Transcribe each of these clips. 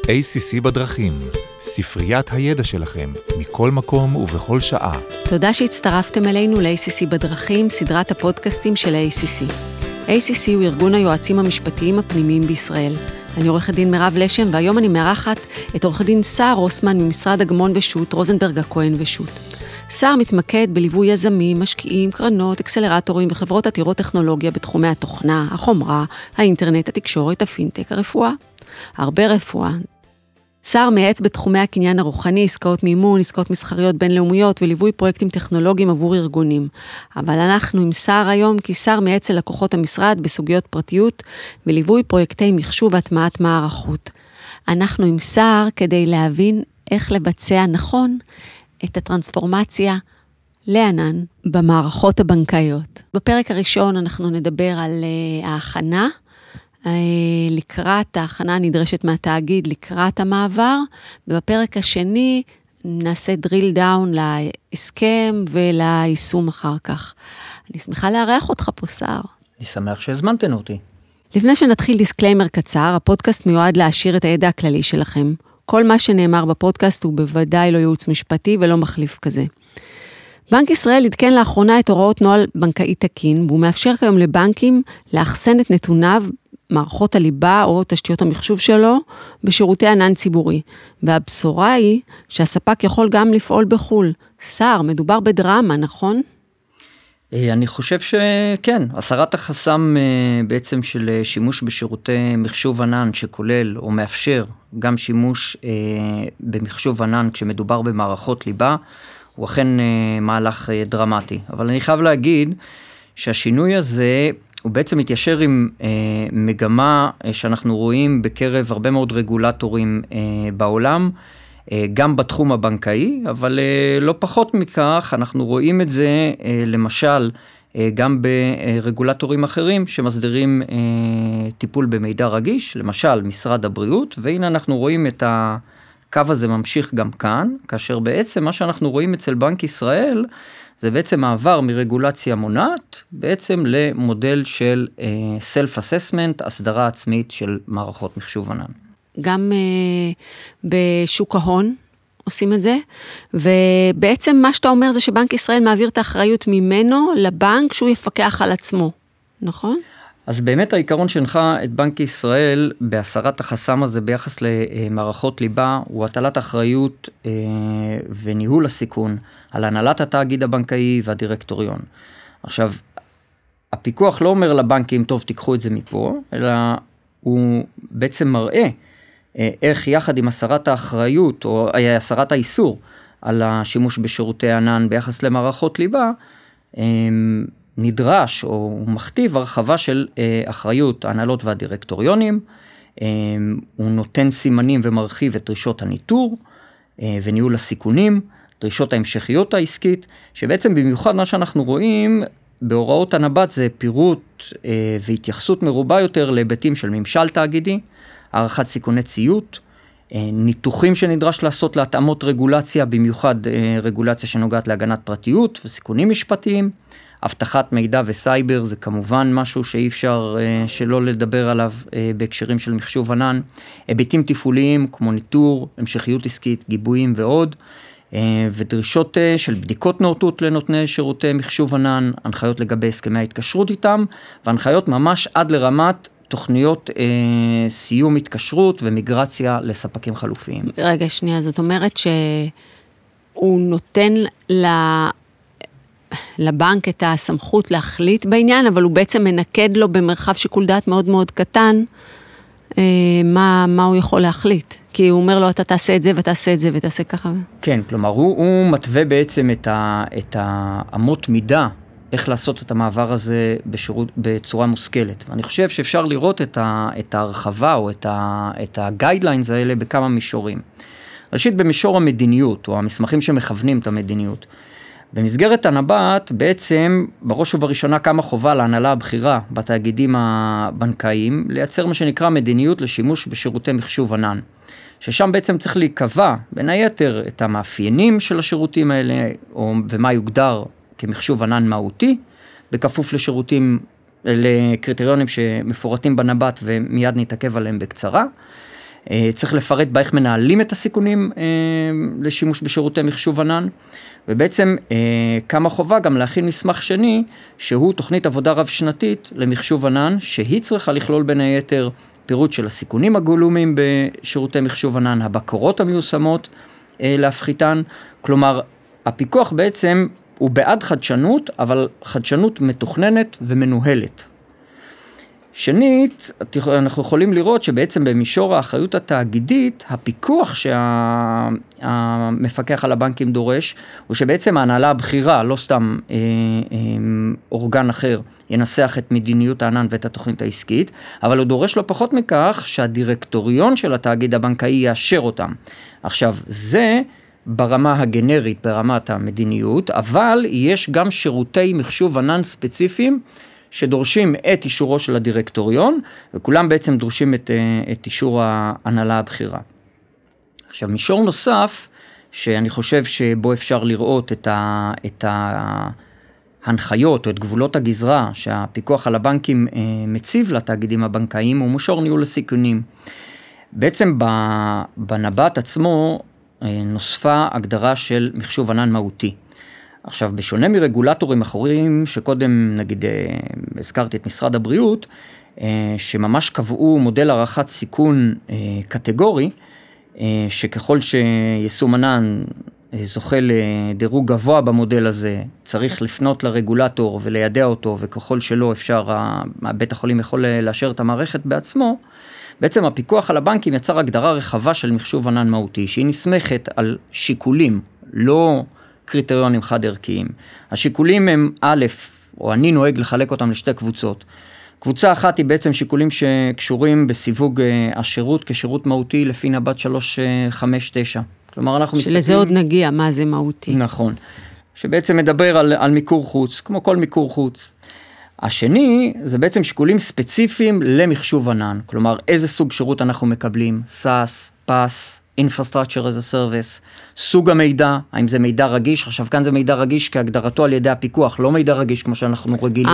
ACC בדרכים, ספריית הידע שלכם, מכל מקום ובכל שעה. תודה שהצטרפתם אלינו ל-ACC בדרכים, סדרת הפודקאסטים של ה-ACC. ACC הוא ארגון היועצים המשפטיים הפנימיים בישראל. אני עורכת דין מירב לשם, והיום אני מארחת את עורך דין סער רוסמן ממשרד אגמון ושות', רוזנברג הכהן ושות'. סער מתמקד בליווי יזמים, משקיעים, קרנות, אקסלרטורים וחברות עתירות טכנולוגיה בתחומי התוכנה, החומרה, האינטרנט, התקשורת, הפינטק, הרפואה. הרבה רפואה. סער מייעץ בתחומי הקניין הרוחני, עסקאות מימון, עסקאות מסחריות בינלאומיות וליווי פרויקטים טכנולוגיים עבור ארגונים. אבל אנחנו עם סער היום, כי סער מייעץ ללקוחות המשרד בסוגיות פרטיות וליווי פרויקטי מחשוב והטמעת מערכות. אנחנו עם סער כדי להבין איך לבצע נכון את הטרנספורמציה לענן במערכות הבנקאיות. בפרק הראשון אנחנו נדבר על ההכנה, לקראת ההכנה הנדרשת מהתאגיד, לקראת המעבר, ובפרק השני נעשה דריל דאון להסכם וליישום אחר כך. אני שמחה לארח אותך פה, סער. אני שמח שהזמנתן אותי. לפני שנתחיל דיסקליימר קצר, הפודקאסט מיועד להשאיר את הידע הכללי שלכם. כל מה שנאמר בפודקאסט הוא בוודאי לא ייעוץ משפטי ולא מחליף כזה. בנק ישראל עדכן לאחרונה את הוראות נוהל בנקאי תקין, והוא מאפשר כיום לבנקים לאחסן את נתוניו, מערכות הליבה או תשתיות המחשוב שלו, בשירותי ענן ציבורי. והבשורה היא שהספק יכול גם לפעול בחול. סער, מדובר בדרמה, נכון? אני חושב שכן, הסרת החסם בעצם של שימוש בשירותי מחשוב ענן שכולל או מאפשר גם שימוש במחשוב ענן כשמדובר במערכות ליבה, הוא אכן מהלך דרמטי. אבל אני חייב להגיד שהשינוי הזה הוא בעצם מתיישר עם מגמה שאנחנו רואים בקרב הרבה מאוד רגולטורים בעולם, גם בתחום הבנקאי, אבל לא פחות מכך, אנחנו רואים את זה למשל גם ברגולטורים אחרים שמסדירים טיפול במידע רגיש, למשל משרד הבריאות, והנה אנחנו רואים את הקו הזה ממשיך גם כאן, כאשר בעצם מה שאנחנו רואים אצל בנק ישראל, זה בעצם מעבר מרגולציה מונעת, בעצם למודל של self-assessment, הסדרה עצמית של מערכות מחשוב ענן. גם בשוק ההון עושים את זה, ובעצם מה שאתה אומר זה שבנק ישראל מעביר את האחריות ממנו לבנק שהוא יפקח על עצמו, נכון? אז באמת העיקרון שהנחה את בנק ישראל בהסרת החסם הזה ביחס למערכות ליבה, הוא הטלת אחריות וניהול הסיכון על הנהלת התאגיד הבנקאי והדירקטוריון. עכשיו, הפיקוח לא אומר לבנקים, טוב, תיקחו את זה מפה, אלא הוא בעצם מראה איך יחד עם הסרת האחריות או הסרת האיסור על השימוש בשירותי ענן ביחס למערכות ליבה, נדרש או מכתיב הרחבה של אחריות ההנהלות והדירקטוריונים, הוא נותן סימנים ומרחיב את דרישות הניטור וניהול הסיכונים, דרישות ההמשכיות העסקית, שבעצם במיוחד מה שאנחנו רואים בהוראות הנבט זה פירוט והתייחסות מרובה יותר להיבטים של ממשל תאגידי, הערכת סיכוני ציות, ניתוחים שנדרש לעשות להתאמות רגולציה, במיוחד רגולציה שנוגעת להגנת פרטיות וסיכונים משפטיים, הבטחת מידע וסייבר זה כמובן משהו שאי אפשר שלא לדבר עליו בהקשרים של מחשוב ענן, היבטים תפעוליים כמו ניטור, המשכיות עסקית, גיבויים ועוד, ודרישות של בדיקות נאותות לנותני שירותי מחשוב ענן, הנחיות לגבי הסכמי ההתקשרות איתם, והנחיות ממש עד לרמת תוכניות סיום התקשרות ומיגרציה לספקים חלופיים. רגע, שנייה, זאת אומרת שהוא נותן לבנק את הסמכות להחליט בעניין, אבל הוא בעצם מנקד לו במרחב שיקול דעת מאוד מאוד קטן, מה הוא יכול להחליט. כי הוא אומר לו, אתה תעשה את זה ותעשה את זה ותעשה ככה. כן, כלומר, הוא מתווה בעצם את האמות מידה, איך לעשות את המעבר הזה בצורה מושכלת. אני חושב שאפשר לראות את ההרחבה או את הגיידליינס האלה בכמה מישורים. ראשית, במישור המדיניות, או המסמכים שמכוונים את המדיניות. במסגרת הנבט, בעצם, בראש ובראשונה קמה חובה להנהלה הבכירה בתאגידים הבנקאיים, לייצר מה שנקרא מדיניות לשימוש בשירותי מחשוב ענן. ששם בעצם צריך להיקבע, בין היתר, את המאפיינים של השירותים האלה, ומה יוגדר כמחשוב ענן מהותי, בכפוף לקריטריונים שמפורטים בנבט, ומיד נתעכב עליהם בקצרה. צריך לפרט באיך מנהלים את הסיכונים לשימוש בשירותי מחשוב ענן, ובעצם קמה חובה גם להכין מסמך שני, שהוא תוכנית עבודה רב שנתית למחשוב ענן, שהיא צריכה לכלול בין היתר פירוט של הסיכונים הגלומים בשירותי מחשוב ענן, הבקרות המיושמות להפחיתן, כלומר, הפיקוח בעצם הוא בעד חדשנות, אבל חדשנות מתוכננת ומנוהלת. שנית, אנחנו יכולים לראות שבעצם במישור האחריות התאגידית, הפיקוח שהמפקח על הבנקים דורש, הוא שבעצם ההנהלה הבכירה, לא סתם אורגן אחר, ינסח את מדיניות הענן ואת התוכנית העסקית, אבל הוא דורש לא פחות מכך שהדירקטוריון של התאגיד הבנקאי יאשר אותם. עכשיו, זה ברמה הגנרית, ברמת המדיניות, אבל יש גם שירותי מחשוב ענן ספציפיים, שדורשים את אישורו של הדירקטוריון, וכולם בעצם דורשים את אישור ההנהלה הבכירה. עכשיו, מישור נוסף, שאני חושב שבו אפשר לראות את ההנחיות, או את גבולות הגזרה, שהפיקוח על הבנקים מציב לתאגידים הבנקאיים, הוא מישור ניהול הסיכונים. בעצם בנבט עצמו, נוספה הגדרה של מחשוב ענן מהותי. עכשיו, בשונה מרגולטורים אחרים, שקודם, נגיד, הזכרתי את משרד הבריאות, שממש קבעו מודל הערכת סיכון קטגורי, שככל שיישום ענן זוכה לדירוג גבוה במודל הזה, צריך לפנות לרגולטור וליידע אותו, וככל שלא אפשר, בית החולים יכול לאשר את המערכת בעצמו, בעצם הפיקוח על הבנקים יצר הגדרה רחבה של מחשוב ענן מהותי, שהיא נסמכת על שיקולים, לא קריטריונים חד ערכיים. השיקולים הם א', או אני נוהג לחלק אותם לשתי קבוצות. קבוצה אחת היא בעצם שיקולים שקשורים בסיווג השירות כשירות מהותי לפי נבט 359. כלומר, אנחנו מסתכלים... שלזה עוד נגיע, מה זה מהותי. נכון. שבעצם מדבר על מיקור חוץ, כמו כל מיקור חוץ. השני, זה בעצם שיקולים ספציפיים למחשוב ענן. כלומר, איזה סוג שירות אנחנו מקבלים, SaaS, PaaS, Infrastructure as a Service, סוג המידע, האם זה מידע רגיש, עכשיו כאן זה מידע רגיש כהגדרתו על ידי הפיקוח, לא מידע רגיש כמו שאנחנו רגילים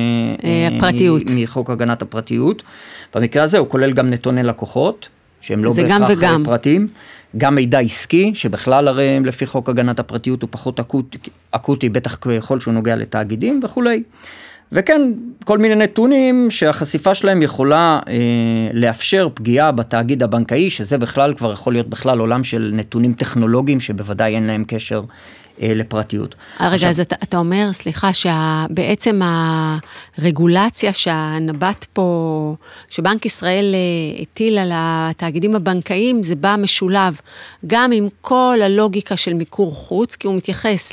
מחוק הגנת הפרטיות. במקרה הזה הוא כולל גם נתוני לקוחות, שהם לא בהכרח פרטיים, גם מידע עסקי, שבכלל הרי לפי חוק הגנת הפרטיות הוא פחות אקוטי, בטח ככל שהוא נוגע לתאגידים וכולי. וכן, כל מיני נתונים שהחשיפה שלהם יכולה לאפשר פגיעה בתאגיד הבנקאי, שזה בכלל כבר יכול להיות בכלל עולם של נתונים טכנולוגיים, שבוודאי אין להם קשר לפרטיות. רגע, אז אתה אומר, סליחה, שבעצם הרגולציה שהנבט פה, שבנק ישראל הטיל על התאגידים הבנקאיים, זה בא משולב, גם עם כל הלוגיקה של מיקור חוץ, כי הוא מתייחס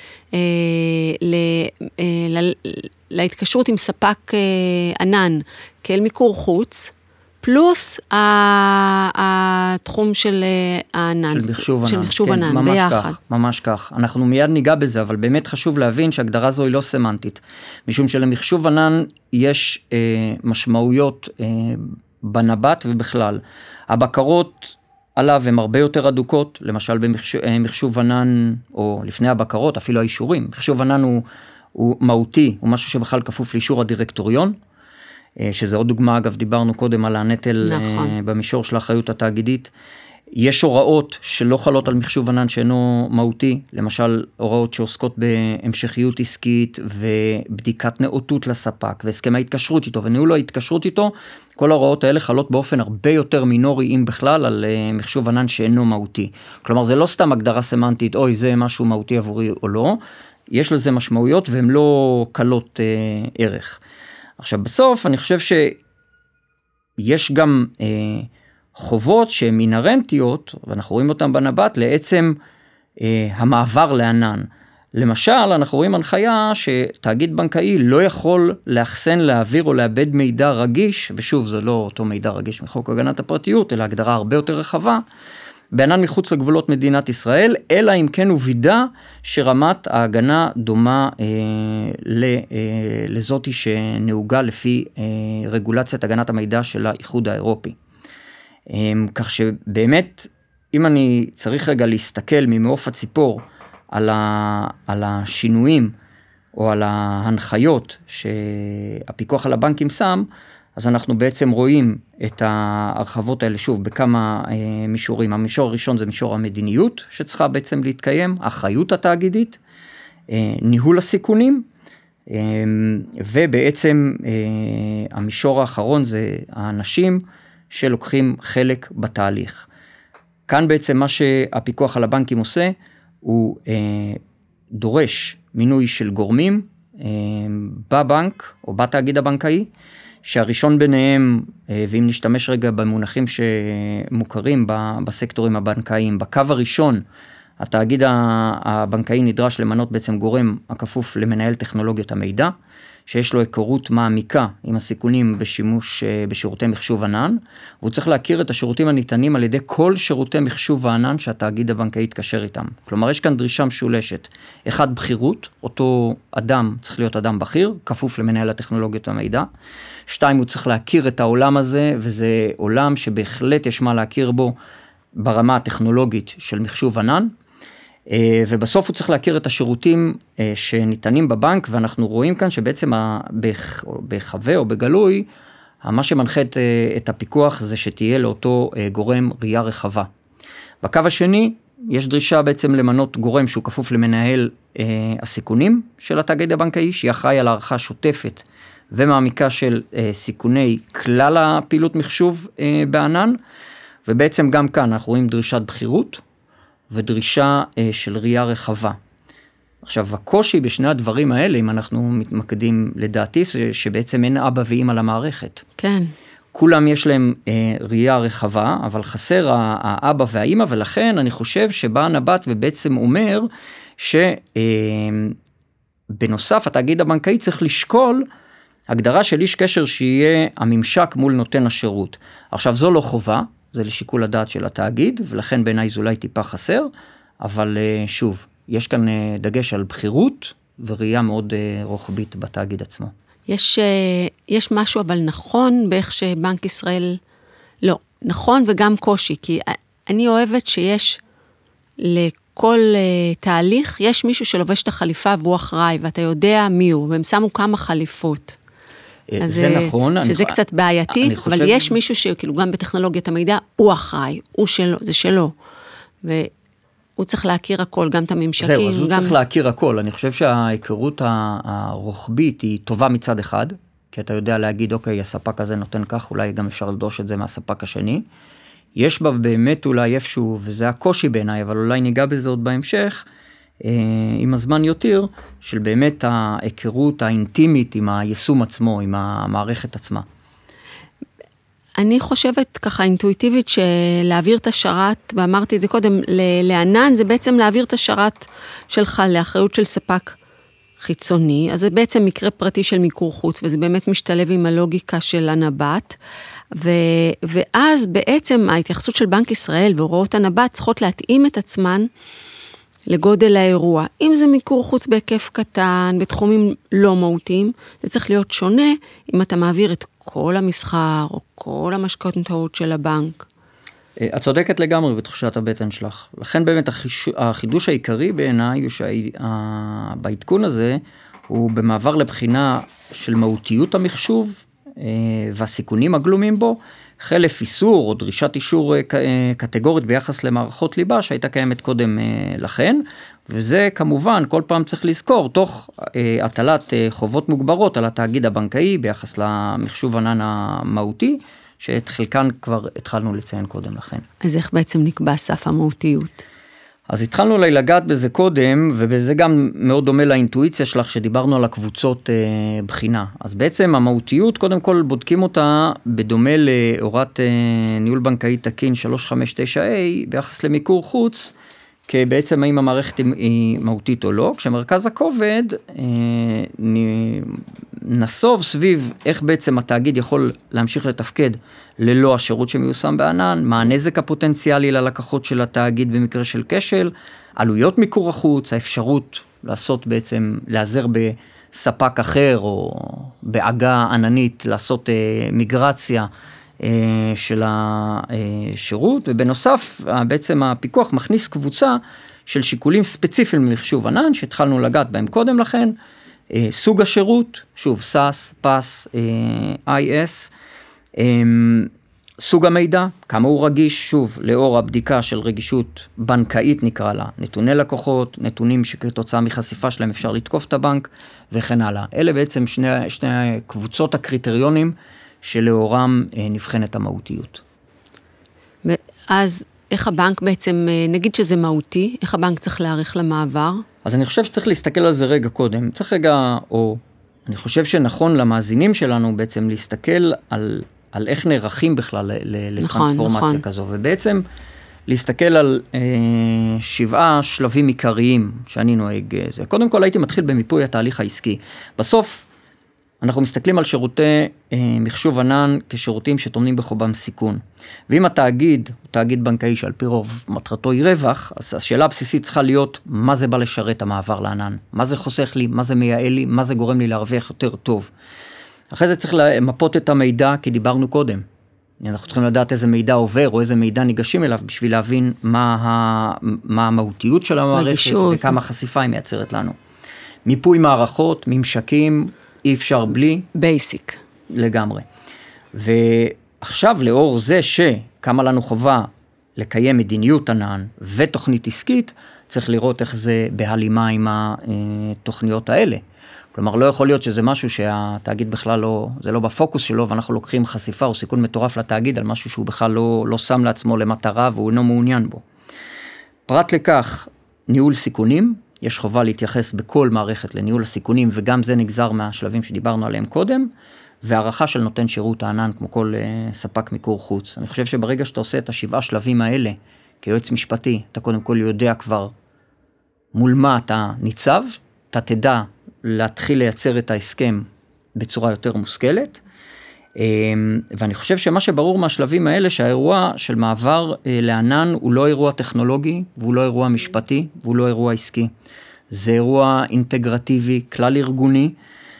להתקשרות עם ספק ענן כאל מיקור חוץ, פלוס התחום של הענן, של מחשוב ענן, ביחד. ממש כך. אנחנו מיד ניגע בזה, אבל באמת חשוב להבין שהגדרה זו היא לא סמנטית, משום שלמחשוב ענן יש משמעויות בנבט ובכלל. הבקרות עליו הן הרבה יותר אדוקות, למשל במחשוב ענן, או לפני הבקרות, אפילו האישורים. מחשוב ענן הוא מהותי, הוא משהו שבכלל כפוף לאישור הדירקטוריון, שזה עוד דוגמה, אגב, דיברנו קודם על הנטל במישור של האחריות התאגידית. יש הוראות שלא חלות על מחשוב ענן שאינו מהותי, למשל הוראות שעוסקות בהמשכיות עסקית ובדיקת נאותות לספק, והסכם ההתקשרות איתו וניהול ההתקשרות איתו, כל ההוראות האלה חלות באופן הרבה יותר מינורי, אם בכלל, על מחשוב ענן שאינו מהותי. כלומר, זה לא סתם הגדרה סמנטית, אוי, זה משהו מהותי עבורי או לא, יש לזה משמעויות והן לא קלות ערך. עכשיו, בסוף אני חושב שיש גם חובות שהן אינהרנטיות, ואנחנו רואים אותן בנבט, לעצם המעבר לענן. למשל, אנחנו רואים הנחיה שתאגיד בנקאי לא יכול לאחסן, להעביר או לאבד מידע רגיש, ושוב, זה לא אותו מידע רגיש מחוק הגנת הפרטיות, אלא הגדרה הרבה יותר רחבה, בענן מחוץ לגבולות מדינת ישראל, אלא אם כן הוא וידא שרמת ההגנה דומה לזאתי שנהוגה לפי רגולציית הגנת המידע של האיחוד האירופי. כך שבאמת, אם אני צריך רגע להסתכל ממעוף הציפור על השינויים או על ההנחיות שהפיקוח על הבנקים שם, אז אנחנו בעצם רואים את ההרחבות האלה שוב בכמה מישורים. המישור הראשון זה מישור המדיניות שצריכה בעצם להתקיים, האחריות התאגידית, ניהול הסיכונים, ובעצם המישור האחרון זה האנשים שלוקחים חלק בתהליך. כאן בעצם מה שהפיקוח על הבנקים עושה, הוא דורש מינוי של גורמים בבנק או בתאגיד הבנקאי, שהראשון ביניהם, ואם נשתמש רגע במונחים שמוכרים בסקטורים הבנקאיים, בקו הראשון, התאגיד הבנקאי נדרש למנות בעצם גורם הכפוף למנהל טכנולוגיות המידע, שיש לו היכרות מעמיקה עם הסיכונים בשימוש בשירותי מחשוב ענן, והוא צריך להכיר את השירותים הניתנים על ידי כל שירותי מחשוב הענן שהתאגיד הבנקאי יתקשר איתם. כלומר, יש כאן דרישה משולשת. אחד, בחירות, אותו אדם צריך להיות אדם בכיר, כפוף למנהל הטכנולוגיות המידע. 2, הוא צריך להכיר את העולם הזה, וזה עולם שבהחלט יש מה להכיר בו ברמה הטכנולוגית של מחשוב ענן. ובסוף הוא צריך להכיר את השירותים שניתנים בבנק, ואנחנו רואים כאן שבעצם בחווה או בגלוי, מה שמנחה את הפיקוח זה שתהיה לאותו גורם ראייה רחבה. בקו השני, יש דרישה בעצם למנות גורם שהוא כפוף למנהל הסיכונים של התאגיד הבנקאי, שיחראי על הערכה שוטפת ומעמיקה של סיכוני כלל הפעילות מחשוב בענן, ובעצם גם כאן אנחנו רואים דרישת בחירות, ודרישה של ראייה רחבה. עכשיו, הקושי בשני הדברים האלה, אם אנחנו מתמקדים לדעתי, שבעצם אין אבא ואמא למערכת. כן. כולם יש להם ראייה רחבה, אבל חסר האבא והאמא, ולכן אני חושב שבא הנבט ובעצם אומר, שבנוסף התאגיד הבנקאי צריך לשקול, הגדרה של איש קשר שיהיה הממשק מול נותן השירות. עכשיו, זו לא חובה, זה לשיקול הדעת של התאגיד, ולכן בעיניי זה אולי טיפה חסר, אבל שוב, יש כאן דגש על בחירות, וראייה מאוד רוחבית בתאגיד עצמו. יש משהו אבל נכון, באיך שבנק ישראל, לא, נכון וגם קושי, כי אני אוהבת שיש לכל תהליך, יש מישהו שלובש את החליפה והוא אחראי, ואתה יודע מי הוא, והם שמו כמה חליפות. זה נכון. שזה קצת בעייתי, אבל יש מישהו שכאילו גם בטכנולוגיית המידע, הוא אחראי, הוא שלו, זה שלו. והוא צריך להכיר הכל, גם את הממשקים. זהו, אז הוא צריך להכיר הכל. אני חושב שההיכרות הרוחבית היא טובה מצד אחד, כי אתה יודע להגיד, אוקיי, הספק הזה נותן כך, אולי גם אפשר לדרוש את זה מהספק השני. יש בה באמת אולי איפשהו, וזה הקושי בעיניי, אבל אולי ניגע בזה עוד בהמשך, עם הזמן יותר, של באמת ההיכרות האינטימית עם היישום עצמו, עם המערכת עצמה. אני חושבת ככה אינטואיטיבית שלהעביר את השרת, ואמרתי את זה קודם, לענן זה בעצם להעביר את השרת שלך לאחריות של ספק חיצוני, אז זה בעצם מקרה פרטי של מיקור חוץ, וזה באמת משתלב עם הלוגיקה של הנבט, ואז בעצם ההתייחסות של בנק ישראל והוראות הנבט צריכות להתאים את עצמן לגודל האירוע. אם זה מיקור חוץ בהיקף קטן, בתחומים לא מהותיים, זה צריך להיות שונה אם אתה מעביר את כל המסחר או כל המשכנתאות של הבנק. את צודקת לגמרי בתחושת הבטן שלך. לכן באמת החידוש העיקרי בעיניי הוא שבעדכון הזה הוא במעבר לבחינה של מהותיות המחשוב והסיכונים הגלומים בו, חלף איסור או דרישת אישור קטגורית ביחס למערכות ליבה שהייתה קיימת קודם לכן, וזה כמובן כל פעם צריך לזכור תוך הטלת חובות מוגברות על התאגיד הבנקאי ביחס למחשוב ענן המהותי, שאת חלקן כבר התחלנו לציין קודם לכן. אז איך בעצם נקבע סף המהותיות? אז התחלנו אולי לגעת בזה קודם, ובזה גם מאוד דומה לאינטואיציה שלך שדיברנו על הקבוצות בחינה. אז בעצם המהותיות, קודם כל בודקים אותה בדומה להוראת ניהול בנקאי תקין 359A, ביחס למיקור חוץ, כי בעצם האם המערכת היא מהותית או לא, כשמרכז הכובד נסוב סביב איך בעצם התאגיד יכול להמשיך לתפקד ללא השירות שמיושם בענן, מה הנזק הפוטנציאלי ללקוחות של התאגיד במקרה של כשל, עלויות מיקור החוץ, האפשרות לעשות בעצם, לעזר בספק אחר או בעגה עננית, לעשות מיגרציה של השירות, ובנוסף בעצם הפיקוח מכניס קבוצה של שיקולים ספציפיים למחשוב ענן, שהתחלנו לגעת בהם קודם לכן, סוג השירות, שוב, SAS, PAS, IS, סוג המידע, כמה הוא רגיש, שוב, לאור הבדיקה של רגישות בנקאית נקרא לה, נתוני לקוחות, נתונים שכתוצאה מחשיפה שלהם אפשר לתקוף את הבנק, וכן הלאה. אלה בעצם שני קבוצות הקריטריונים שלאורם נבחנת המהותיות. אז איך הבנק בעצם, נגיד שזה מהותי, איך הבנק צריך להעריך למעבר? אז אני חושב שצריך להסתכל על זה רגע קודם. צריך רגע, או אני חושב שנכון למאזינים שלנו בעצם להסתכל על איך נערכים בכלל לטרנספורמציה כזו, ובעצם להסתכל על 7 שלבים עיקריים שאני נוהג זה. קודם כל הייתי מתחיל במיפוי התהליך העסקי. בסוף אנחנו מסתכלים על שירותי מחשוב ענן כשירותים שטומנים בחובם סיכון. ואם התאגיד הוא תאגיד בנקאי שעל פי רוב מטרתו היא רווח, אז השאלה הבסיסית צריכה להיות מה זה בא לשרת המעבר לענן, מה זה חוסך לי, מה זה מייעל לי, מה זה גורם לי להרוויח יותר טוב. אחרי זה צריך למפות את המידע, כי דיברנו קודם. אנחנו צריכים לדעת איזה מידע עובר, או איזה מידע ניגשים אליו, בשביל להבין מה המהותיות של המערכת, וכמה חשיפה היא מייצרת לנו. מיפוי מערכות, ממשקים, אי אפשר בלי. בייסיק. לגמרי. ועכשיו, לאור זה שקמה לנו חובה לקיים מדיניות ענן ותוכנית עסקית, צריך לראות איך זה בהלימה עם התוכניות האלה. כלומר, לא יכול להיות שזה משהו שהתאגיד בכלל לא, זה לא בפוקוס שלו, ואנחנו לוקחים חשיפה או סיכון מטורף לתאגיד על משהו שהוא בכלל לא שם לעצמו למטרה, והוא אינו מעוניין בו. פרט לכך, ניהול סיכונים, יש חובה להתייחס בכל מערכת לניהול הסיכונים, וגם זה נגזר מהשלבים שדיברנו עליהם קודם, והערכה של נותן שירות הענן, כמו כל ספק מיקור חוץ. אני חושב שברגע שאתה עושה את 7 שלבים האלה, כיועץ משפטי, אתה קודם כל יודע כבר מול מה אתה ניצב, אתה תדע להתחיל לייצר את ההסכם בצורה יותר מושכלת, ואני חושב שמה שברור מהשלבים האלה, שהאירוע של מעבר לענן הוא לא אירוע טכנולוגי, והוא לא אירוע משפטי, והוא לא אירוע עסקי. זה אירוע אינטגרטיבי, כלל ארגוני,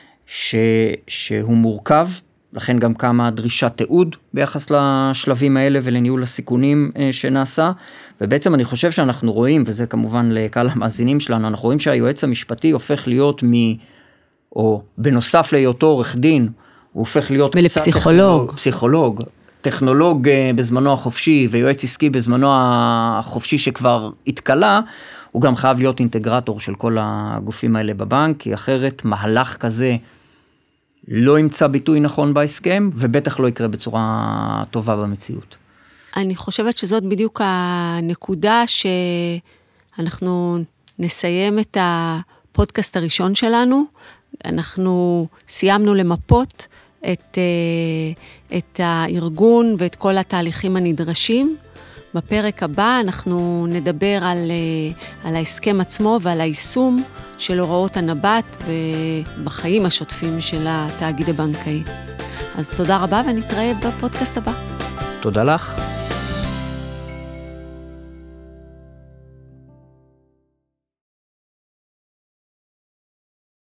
שהוא מורכב, לכן גם קמה דרישת תיעוד ביחס לשלבים האלה ולניהול הסיכונים שנעשה, ובעצם אני חושב שאנחנו רואים, וזה כמובן לקהל המאזינים שלנו, אנחנו רואים שהיועץ המשפטי הופך להיות או בנוסף להיותו עורך דין, הוא הופך להיות פסיכולוג, טכנולוג בזמנו החופשי, ויועץ עסקי בזמנו החופשי שכבר התקלה, הוא גם חייב להיות אינטגרטור של כל הגופים האלה בבנק, כי אחרת מהלך כזה לא ימצא ביטוי נכון בהסכם, ובטח לא יקרה בצורה טובה במציאות. אני חושבת שזאת בדיוק הנקודה שאנחנו נסיים את הפודקאסט הראשון שלנו, אנחנו סיימנו למפות את הארגון ואת כל התהליכים הנדרשים. בפרק הבא אנחנו נדבר על ההסכם עצמו ועל היישום של הוראות הנבט ובחיים השוטפים של התאגיד הבנקאי. אז תודה רבה ונתראה בפודקאסט הבא. תודה לך.